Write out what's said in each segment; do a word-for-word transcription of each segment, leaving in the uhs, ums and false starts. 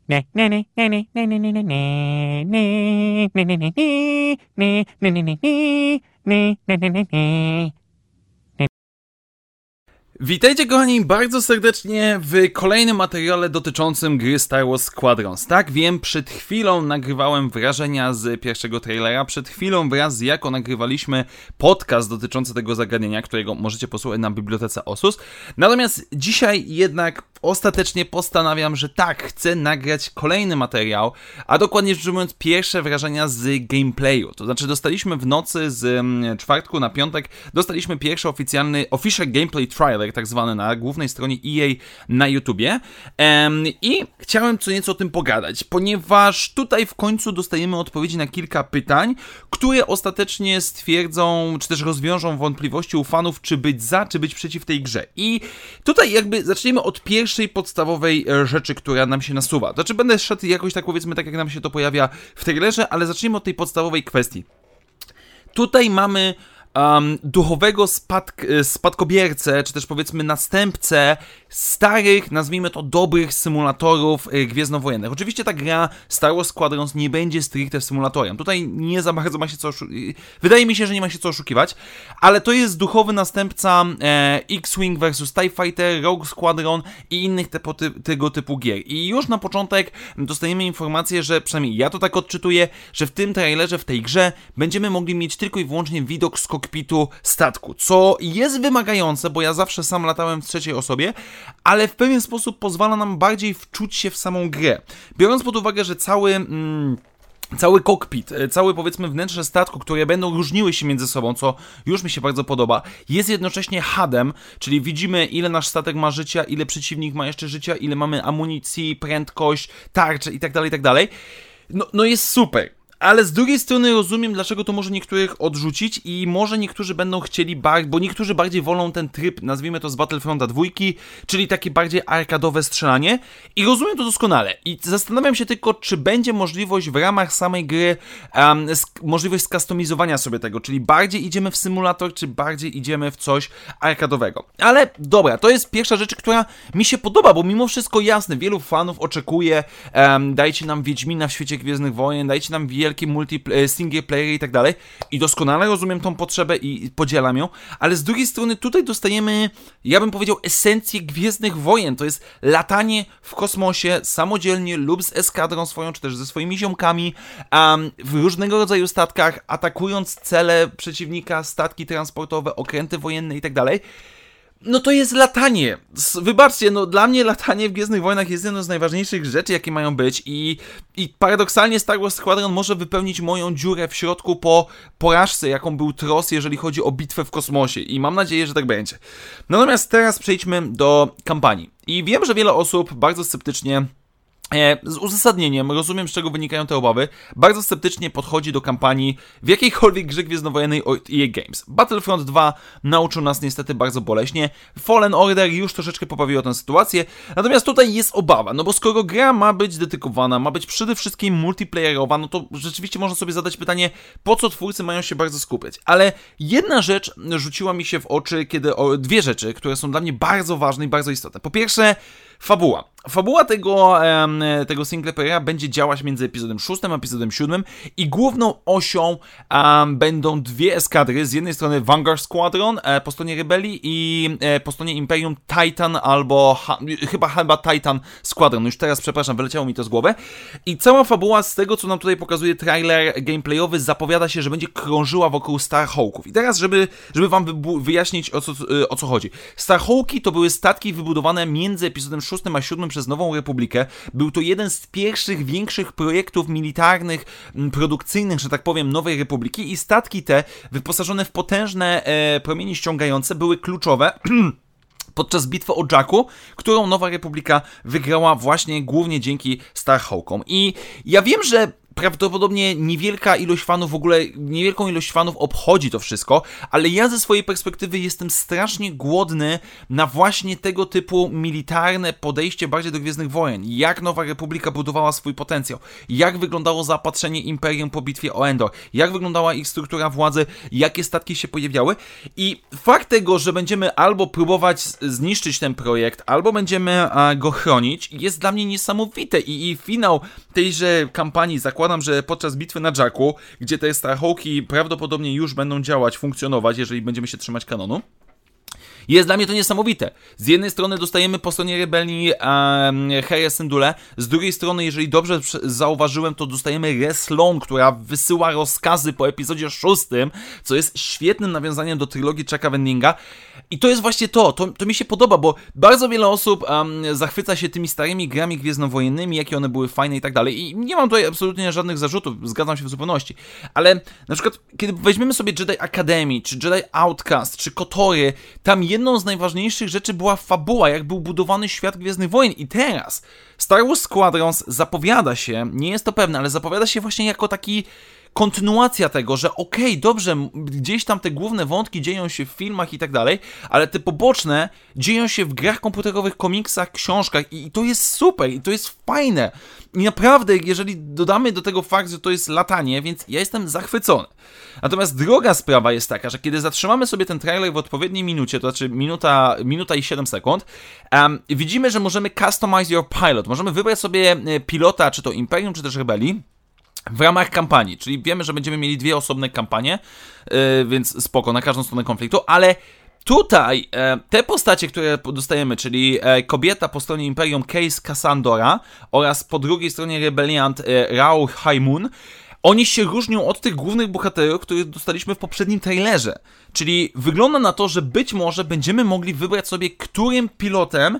Witajcie kochani bardzo serdecznie w kolejnym materiale dotyczącym gry Star Wars Squadrons. Tak, wiem, przed chwilą nagrywałem wrażenia z pierwszego trailera, przed chwilą wraz z Jako nagrywaliśmy podcast dotyczący tego zagadnienia, którego możecie posłuchać na bibliotece Osus. Natomiast dzisiaj jednak ostatecznie postanawiam, że tak, chcę nagrać kolejny materiał, a dokładnie rzecz ujmując pierwsze wrażenia z gameplayu. To znaczy dostaliśmy w nocy z czwartku na piątek, dostaliśmy pierwszy oficjalny official gameplay trailer, tak zwany, na głównej stronie E A na YouTubie. Um, I chciałem co nieco o tym pogadać, ponieważ tutaj w końcu dostajemy odpowiedzi na kilka pytań, które ostatecznie stwierdzą, czy też rozwiążą wątpliwości u fanów, czy być za, czy być przeciw tej grze. I tutaj jakby zaczniemy od pierwszej podstawowej rzeczy, która nam się nasuwa. Znaczy będę szedł jakoś tak, powiedzmy, tak jak nam się to pojawia w trailerze, ale zacznijmy od tej podstawowej kwestii. Tutaj mamy Um, duchowego spadk spadkobiercę, czy też powiedzmy następcę starych, nazwijmy to dobrych symulatorów y, gwiezdnowojennych. Oczywiście ta gra Star Wars Squadrons nie będzie stricte symulatorem. Tutaj nie za bardzo ma się co oszukiwać. Wydaje mi się, że nie ma się co oszukiwać, ale to jest duchowy następca e, X-Wing versus TIE Fighter, Rogue Squadron i innych te, ty, tego typu gier. I już na początek dostajemy informację, że przynajmniej ja to tak odczytuję, że w tym trailerze, w tej grze będziemy mogli mieć tylko i wyłącznie widok z kokpitu statku, co jest wymagające, bo ja zawsze sam latałem w trzeciej osobie, ale w pewien sposób pozwala nam bardziej wczuć się w samą grę. Biorąc pod uwagę, że cały... Mm, Cały kokpit, całe powiedzmy wnętrze statku, które będą różniły się między sobą, co już mi się bardzo podoba, jest jednocześnie hadem, czyli widzimy, ile nasz statek ma życia, ile przeciwnik ma jeszcze życia, ile mamy amunicji, prędkość, tarcze itd., itd. No, no jest super. Ale z drugiej strony rozumiem, dlaczego to może niektórych odrzucić i może niektórzy będą chcieli, bar- bo niektórzy bardziej wolą ten tryb, nazwijmy to z Battlefronta dwójki, czyli takie bardziej arkadowe strzelanie i rozumiem to doskonale. I zastanawiam się tylko, czy będzie możliwość w ramach samej gry, um, sk- możliwość skustomizowania sobie tego, czyli bardziej idziemy w symulator, czy bardziej idziemy w coś arkadowego. Ale dobra, to jest pierwsza rzecz, która mi się podoba, bo mimo wszystko jasne, wielu fanów oczekuje, um, dajcie nam Wiedźmina w świecie Gwiezdnych Wojen, dajcie nam wielkie multiplayer, single player i tak dalej. I doskonale rozumiem tą potrzebę i podzielam ją, ale z drugiej strony tutaj dostajemy, ja bym powiedział, esencję Gwiezdnych Wojen. To jest latanie w kosmosie samodzielnie lub z eskadrą swoją, czy też ze swoimi ziomkami, um, w różnego rodzaju statkach, atakując cele przeciwnika, statki transportowe, okręty wojenne i tak dalej. No to jest latanie. Wybaczcie, no dla mnie latanie w Gwiezdnych Wojnach jest jedną z najważniejszych rzeczy, jakie mają być i, i paradoksalnie Star Wars Squadron może wypełnić moją dziurę w środku po porażce, jaką był T R O S, jeżeli chodzi o bitwę w kosmosie i mam nadzieję, że tak będzie. Natomiast teraz przejdźmy do kampanii. I wiem, że wiele osób bardzo sceptycznie, z uzasadnieniem, rozumiem, z czego wynikają te obawy, bardzo sceptycznie podchodzi do kampanii w jakiejkolwiek grze gwiezdnowojennej od E A Games. Battlefront dwa nauczył nas niestety bardzo boleśnie, Fallen Order już troszeczkę poprawiło tę sytuację, natomiast tutaj jest obawa, no bo skoro gra ma być dedykowana, ma być przede wszystkim multiplayerowa, no to rzeczywiście można sobie zadać pytanie, po co twórcy mają się bardzo skupiać. Ale jedna rzecz rzuciła mi się w oczy, kiedy o, dwie rzeczy, które są dla mnie bardzo ważne i bardzo istotne. Po pierwsze, fabuła. Fabuła tego, um, tego singleplayera będzie działać między epizodem szóstym a epizodem siódmym i główną osią um, będą dwie eskadry. Z jednej strony Vanguard Squadron e, po stronie Rebelii i e, po stronie Imperium Titan albo ha, chyba, chyba Titan Squadron. No już teraz, przepraszam, wyleciało mi to z głowy. I cała fabuła z tego, co nam tutaj pokazuje trailer gameplayowy, zapowiada się, że będzie krążyła wokół Starhawków. I teraz, żeby, żeby wam wy, wyjaśnić, o co, o co chodzi. Starhawki to były statki wybudowane między epizodem szóstym a siódmym przez Nową Republikę. Był to jeden z pierwszych, większych projektów militarnych, produkcyjnych, że tak powiem, Nowej Republiki i statki te, wyposażone w potężne e, promienie ściągające, były kluczowe podczas bitwy o Jakku, którą Nowa Republika wygrała właśnie głównie dzięki Starhawkom. I ja wiem, że prawdopodobnie niewielka ilość fanów, w ogóle niewielką ilość fanów obchodzi to wszystko, ale ja ze swojej perspektywy jestem strasznie głodny na właśnie tego typu militarne podejście bardziej do Gwiezdnych Wojen. Jak Nowa Republika budowała swój potencjał, jak wyglądało zaopatrzenie Imperium po bitwie o Endor, jak wyglądała ich struktura władzy, jakie statki się pojawiały i fakt tego, że będziemy albo próbować zniszczyć ten projekt, albo będziemy a, go chronić, jest dla mnie niesamowite i, i finał tejże kampanii, zakładam, że podczas bitwy na Jakku, gdzie te Starhawki prawdopodobnie już będą działać, funkcjonować, jeżeli będziemy się trzymać kanonu, jest dla mnie to niesamowite. Z jednej strony dostajemy po stronie rebelii um, Heję Syndulle, z drugiej strony, jeżeli dobrze zauważyłem, to dostajemy Rhea Sloane, która wysyła rozkazy po epizodzie szóstym, co jest świetnym nawiązaniem do trylogii Chucka Wendiga. I to jest właśnie to, to, to mi się podoba, bo bardzo wiele osób um, zachwyca się tymi starymi grami gwiezdnowojennymi, jakie one były fajne i tak dalej. I nie mam tutaj absolutnie żadnych zarzutów, zgadzam się w zupełności. Ale na przykład, kiedy weźmiemy sobie Jedi Academy, czy Jedi Outcast, czy KOTORy, tam jedną z najważniejszych rzeczy była fabuła, jak był budowany świat Gwiezdnych Wojen. I teraz Star Wars Squadrons zapowiada się, nie jest to pewne, ale zapowiada się właśnie jako taki kontynuacja tego, że okej, okay, dobrze, gdzieś tam te główne wątki dzieją się w filmach i tak dalej, ale te poboczne dzieją się w grach komputerowych, komiksach, książkach i to jest super, i to jest fajne. I naprawdę, jeżeli dodamy do tego fakt, że to jest latanie, więc ja jestem zachwycony. Natomiast druga sprawa jest taka, że kiedy zatrzymamy sobie ten trailer w odpowiedniej minucie, to znaczy minuta, minuta i siedem sekund, um, widzimy, że możemy customize your pilot, możemy wybrać sobie pilota, czy to Imperium, czy też Rebelii, w ramach kampanii, czyli wiemy, że będziemy mieli dwie osobne kampanie, yy, więc spoko, na każdą stronę konfliktu, ale tutaj e, te postacie, które dostajemy, czyli e, kobieta po stronie Imperium Case Cassandora oraz po drugiej stronie rebeliant e, Rauh High Moon, oni się różnią od tych głównych bohaterów, których dostaliśmy w poprzednim trailerze. Czyli wygląda na to, że być może będziemy mogli wybrać sobie, którym pilotem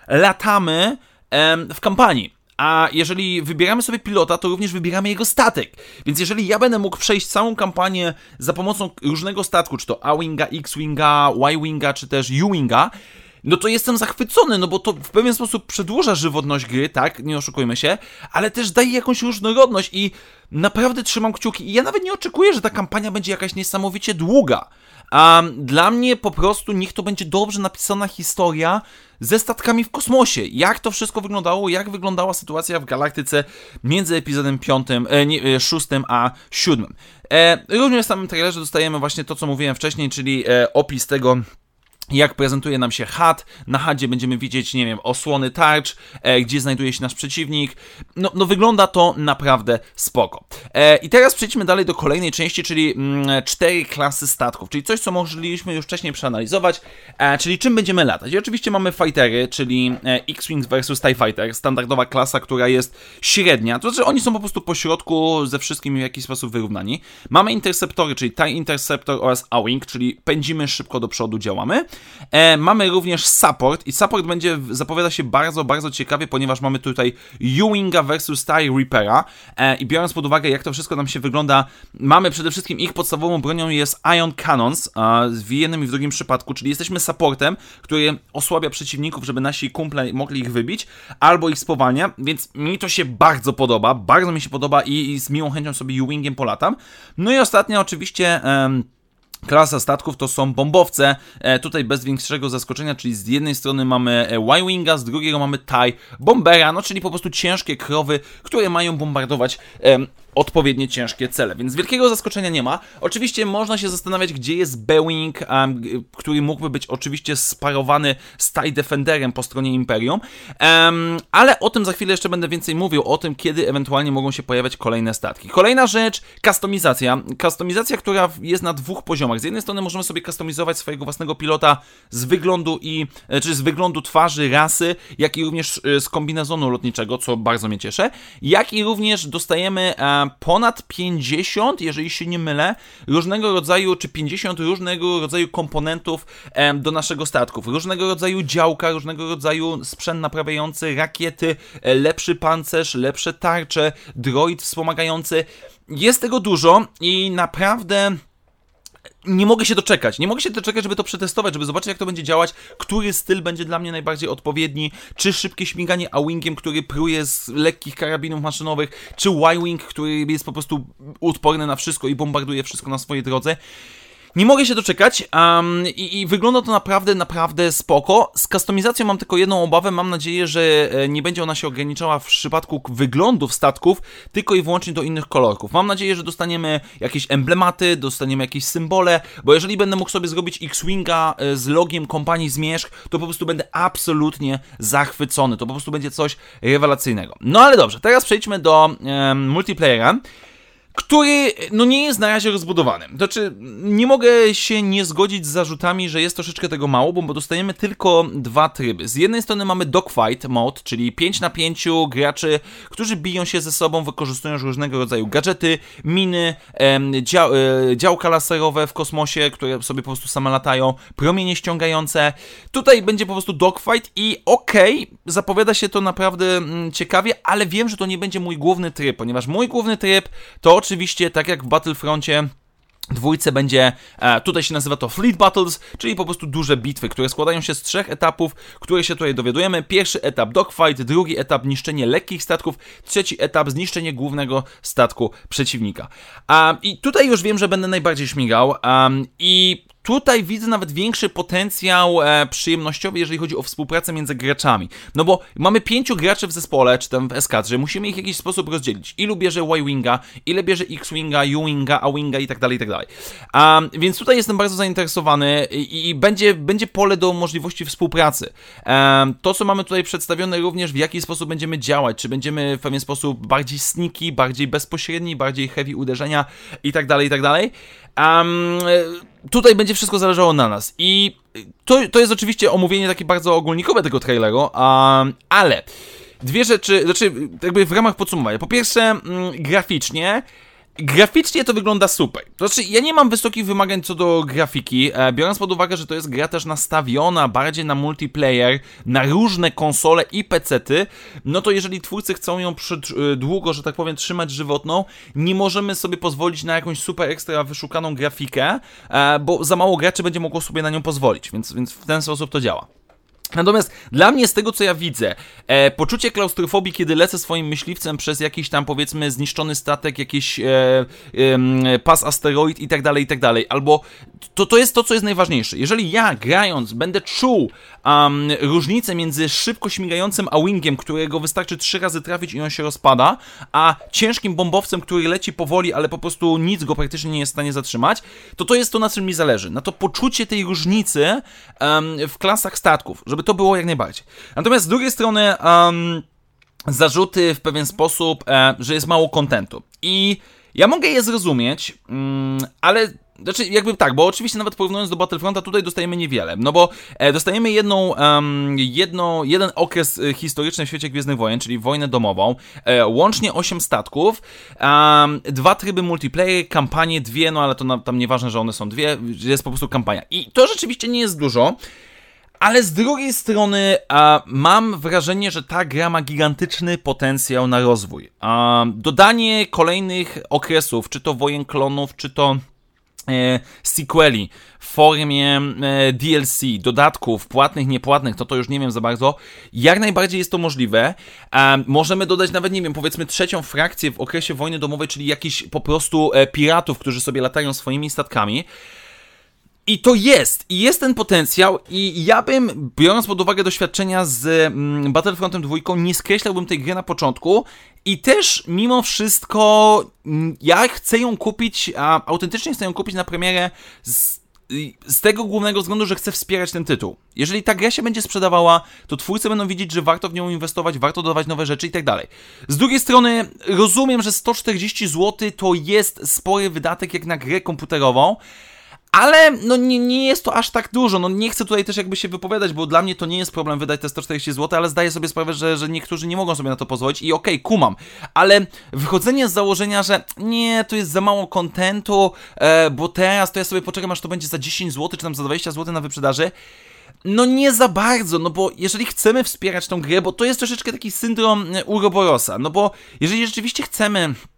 latamy e, w kampanii. A jeżeli wybieramy sobie pilota, to również wybieramy jego statek. Więc jeżeli ja będę mógł przejść całą kampanię za pomocą różnego statku, czy to A-Winga, X-Winga, Y-Winga, czy też U-Winga, no to jestem zachwycony, no bo to w pewien sposób przedłuża żywotność gry, tak, nie oszukujmy się, ale też daje jakąś różnorodność i naprawdę trzymam kciuki. I ja nawet nie oczekuję, że ta kampania będzie jakaś niesamowicie długa. A dla mnie po prostu niech to będzie dobrze napisana historia ze statkami w kosmosie. Jak to wszystko wyglądało, jak wyglądała sytuacja w galaktyce między epizodem piątym, e, nie, e, szóstym a siódmym. E, również w samym trailerze dostajemy właśnie to, co mówiłem wcześniej, czyli e, opis tego, jak prezentuje nam się H U D. Na H U D będziemy widzieć, nie wiem, osłony tarcz, e, gdzie znajduje się nasz przeciwnik. No, no wygląda to naprawdę spoko. E, I teraz przejdźmy dalej do kolejnej części, czyli mm, cztery klasy statków, czyli coś, co mogliśmy już wcześniej przeanalizować, e, czyli czym będziemy latać. I oczywiście mamy fightery, czyli e, X-Wing versus TIE Fighter, standardowa klasa, która jest średnia, to znaczy oni są po prostu po środku ze wszystkimi w jakiś sposób wyrównani. Mamy interceptory, czyli TIE Interceptor oraz A-Wing, czyli pędzimy szybko do przodu, działamy. E, mamy również support i support będzie, zapowiada się bardzo, bardzo ciekawie, ponieważ mamy tutaj U-Winga versus TIE Reapera e, i biorąc pod uwagę, jak to wszystko nam się wygląda, mamy przede wszystkim ich podstawową bronią jest Ion Cannons e, w jednym i w drugim przypadku, czyli jesteśmy supportem, który osłabia przeciwników, żeby nasi kumple mogli ich wybić, albo ich spowalnia, więc mi to się bardzo podoba, bardzo mi się podoba i, i z miłą chęcią sobie U-Wingiem polatam. No i ostatnia oczywiście e, klasa statków to są bombowce, e, tutaj bez większego zaskoczenia, czyli z jednej strony mamy Y-Winga, z drugiego mamy TIE Bombera, no czyli po prostu ciężkie krowy, które mają bombardować e, odpowiednie ciężkie cele, więc wielkiego zaskoczenia nie ma. Oczywiście można się zastanawiać, gdzie jest B-Wing, um, który mógłby być oczywiście sparowany z TIE Defenderem po stronie Imperium, um, ale o tym za chwilę jeszcze będę więcej mówił, o tym, kiedy ewentualnie mogą się pojawiać kolejne statki. Kolejna rzecz, kustomizacja. Kustomizacja, która jest na dwóch poziomach. Z jednej strony możemy sobie kustomizować swojego własnego pilota z wyglądu i, czy z wyglądu twarzy, rasy, jak i również z kombinezonu lotniczego, co bardzo mnie cieszy, jak i również dostajemy um, ponad pięćdziesiąt, jeżeli się nie mylę, różnego rodzaju, czy pięćdziesiąt różnego rodzaju komponentów em, do naszego statku. Różnego rodzaju działka, różnego rodzaju sprzęt naprawiający, rakiety, e, lepszy pancerz, lepsze tarcze, droid wspomagający. Jest tego dużo i naprawdę nie mogę się doczekać. Nie mogę się doczekać, żeby to przetestować, żeby zobaczyć, jak to będzie działać, który styl będzie dla mnie najbardziej odpowiedni, czy szybkie śmiganie A-Wingiem, który pruje z lekkich karabinów maszynowych, czy Y-Wing, który jest po prostu odporny na wszystko i bombarduje wszystko na swojej drodze. Nie mogę się doczekać um, i, i wygląda to naprawdę, naprawdę spoko. Z kustomizacją mam tylko jedną obawę, mam nadzieję, że nie będzie ona się ograniczała w przypadku wyglądów statków, tylko i wyłącznie do innych kolorków. Mam nadzieję, że dostaniemy jakieś emblematy, dostaniemy jakieś symbole, bo jeżeli będę mógł sobie zrobić X-Winga z logiem kompanii Zmierzch, to po prostu będę absolutnie zachwycony. To po prostu będzie coś rewelacyjnego. No ale dobrze, teraz przejdźmy do um, multiplayera, który no nie jest na razie rozbudowany. Znaczy, nie mogę się nie zgodzić z zarzutami, że jest troszeczkę tego mało, bo dostajemy tylko dwa tryby. Z jednej strony mamy dogfight mode, czyli pięć na pięciu graczy, którzy biją się ze sobą, wykorzystują różnego rodzaju gadżety, miny, em, dział, e, działka laserowe w kosmosie, które sobie po prostu same latają, promienie ściągające. Tutaj będzie po prostu dogfight i okej, okay, zapowiada się to naprawdę mm, ciekawie, ale wiem, że to nie będzie mój główny tryb, ponieważ mój główny tryb to oczywiście, tak jak w Battlefroncie dwójce będzie, e, tutaj się nazywa to Fleet Battles, czyli po prostu duże bitwy, które składają się z trzech etapów, które się tutaj dowiadujemy. Pierwszy etap dogfight, drugi etap niszczenie lekkich statków, trzeci etap zniszczenie głównego statku przeciwnika. Um, I tutaj już wiem, że będę najbardziej śmigał um, i tutaj widzę nawet większy potencjał e, przyjemnościowy, jeżeli chodzi o współpracę między graczami. No bo mamy pięciu graczy w zespole, czy tam w eskadrze, musimy ich w jakiś sposób rozdzielić. Ilu bierze Y-Winga, ile bierze X-Winga, U-Winga, A-Winga i tak dalej, i tak dalej. Um, więc tutaj jestem bardzo zainteresowany i, i będzie, będzie pole do możliwości współpracy. Um, to, co mamy tutaj przedstawione również, w jaki sposób będziemy działać, czy będziemy w pewien sposób bardziej sneaky, bardziej bezpośredni, bardziej heavy uderzenia i tak dalej, i tak dalej. Um, tutaj będzie wszystko zależało na nas i to, to jest oczywiście omówienie takie bardzo ogólnikowe tego traileru, um, ale dwie rzeczy, znaczy jakby w ramach podsumowania. Po pierwsze, mm, graficznie Graficznie to wygląda super. To znaczy, ja nie mam wysokich wymagań co do grafiki, e, biorąc pod uwagę, że to jest gra też nastawiona bardziej na multiplayer, na różne konsole i pecety, no to jeżeli twórcy chcą ją przy, długo, że tak powiem, trzymać żywotną, nie możemy sobie pozwolić na jakąś super ekstra wyszukaną grafikę, e, bo za mało graczy będzie mogło sobie na nią pozwolić, więc, więc w ten sposób to działa. Natomiast dla mnie z tego, co ja widzę, e, poczucie klaustrofobii, kiedy lecę swoim myśliwcem przez jakiś tam, powiedzmy, zniszczony statek, jakiś e, e, pas asteroid i tak dalej, i tak dalej, albo to, to jest to, co jest najważniejsze. Jeżeli ja, grając, będę czuł um, różnicę między szybko śmigającym A-Wingiem, którego wystarczy trzy razy trafić i on się rozpada, a ciężkim bombowcem, który leci powoli, ale po prostu nic go praktycznie nie jest w stanie zatrzymać, to to jest to, na czym mi zależy. Na to poczucie tej różnicy um, w klasach statków, żeby to było jak najbardziej. Natomiast z drugiej strony um, zarzuty w pewien sposób, e, że jest mało kontentu. I ja mogę je zrozumieć, mm, ale znaczy jakby tak, bo oczywiście nawet porównując do Battlefronta tutaj dostajemy niewiele, no bo e, dostajemy jedną, um, jedno, jeden okres historyczny w świecie Gwiezdnych Wojen, czyli wojnę domową, e, łącznie osiem statków, um, dwa tryby multiplayer, kampanie dwie, no ale to na, tam nieważne, że one są dwie, jest po prostu kampania. I to rzeczywiście nie jest dużo, ale z drugiej strony a, mam wrażenie, że ta gra ma gigantyczny potencjał na rozwój. A, dodanie kolejnych okresów, czy to Wojen Klonów, czy to e, sequeli w formie e, D L C, dodatków płatnych, niepłatnych, to to już nie wiem za bardzo, jak najbardziej jest to możliwe. A, możemy dodać nawet, nie wiem, powiedzmy trzecią frakcję w okresie wojny domowej, czyli jakichś po prostu e, piratów, którzy sobie latają swoimi statkami. I to jest, i jest ten potencjał i ja bym, biorąc pod uwagę doświadczenia z mm, Battlefrontem dwa, nie skreślałbym tej gry na początku i też mimo wszystko mm, ja chcę ją kupić, a autentycznie chcę ją kupić na premierę z, z tego głównego względu, że chcę wspierać ten tytuł. Jeżeli ta gra się będzie sprzedawała, to twórcy będą widzieć, że warto w nią inwestować, warto dodawać nowe rzeczy i tak dalej. Z drugiej strony rozumiem, że sto czterdzieści złotych to jest spory wydatek jak na grę komputerową, ale no nie, nie jest to aż tak dużo, no nie chcę tutaj też jakby się wypowiadać, bo dla mnie to nie jest problem wydać te sto czterdzieści złotych, ale zdaję sobie sprawę, że, że niektórzy nie mogą sobie na to pozwolić i okej, okay, kumam, ale wychodzenie z założenia, że nie, to jest za mało kontentu, e, bo teraz to ja sobie poczekam, aż to będzie za dziesięć złotych, czy tam za dwadzieścia złotych na wyprzedaży, no nie za bardzo, no bo jeżeli chcemy wspierać tą grę, bo to jest troszeczkę taki syndrom Uroborosa, no bo jeżeli rzeczywiście chcemy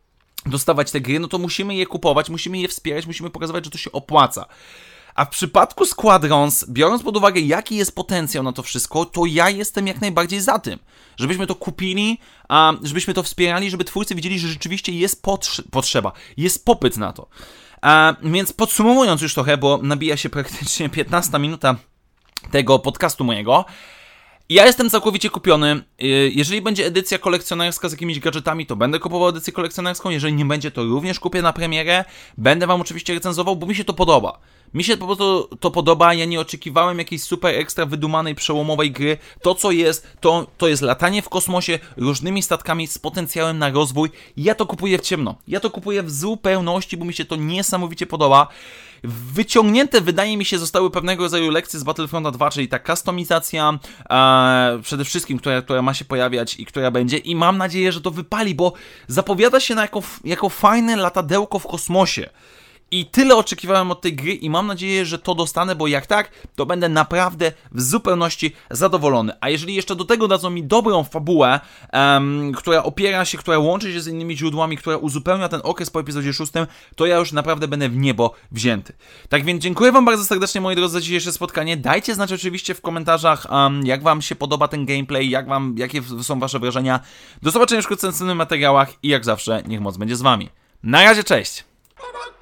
dostawać te gry, no to musimy je kupować, musimy je wspierać, musimy pokazywać, że to się opłaca. A w przypadku Squadrons, biorąc pod uwagę, jaki jest potencjał na to wszystko, to ja jestem jak najbardziej za tym, żebyśmy to kupili, a żebyśmy to wspierali, żeby twórcy widzieli, że rzeczywiście jest potrze- potrzeba, jest popyt na to. A, więc podsumowując już trochę, bo nabija się praktycznie piętnasta minuta tego podcastu mojego, ja jestem całkowicie kupiony. Jeżeli będzie edycja kolekcjonerska z jakimiś gadżetami, to będę kupował edycję kolekcjonerską. Jeżeli nie będzie, to również kupię na premierę. Będę wam oczywiście recenzował, bo mi się to podoba. Mi się po prostu to podoba. Ja nie oczekiwałem jakiejś super ekstra wydumanej, przełomowej gry. To, co jest, to, to jest latanie w kosmosie różnymi statkami z potencjałem na rozwój. Ja to kupuję w ciemno. Ja to kupuję w zupełności, bo mi się to niesamowicie podoba. Wyciągnięte, wydaje mi się, zostały pewnego rodzaju lekcje z Battlefronta dwa, czyli ta kustomizacja, e, przede wszystkim, która, która ma się pojawiać i która będzie, i mam nadzieję, że to wypali, bo zapowiada się na jako, jako fajne latadełko w kosmosie. I tyle oczekiwałem od tej gry i mam nadzieję, że to dostanę, bo jak tak, to będę naprawdę w zupełności zadowolony. A jeżeli jeszcze do tego dadzą mi dobrą fabułę, um, która opiera się, która łączy się z innymi źródłami, która uzupełnia ten okres po epizodzie szóstym, to ja już naprawdę będę w niebo wzięty. Tak więc dziękuję wam bardzo serdecznie, moi drodzy, za dzisiejsze spotkanie. Dajcie znać oczywiście w komentarzach, um, jak wam się podoba ten gameplay, jak wam, jakie są wasze wrażenia. Do zobaczenia już wkrótce w następnych materiałach i jak zawsze, niech moc będzie z wami. Na razie, cześć!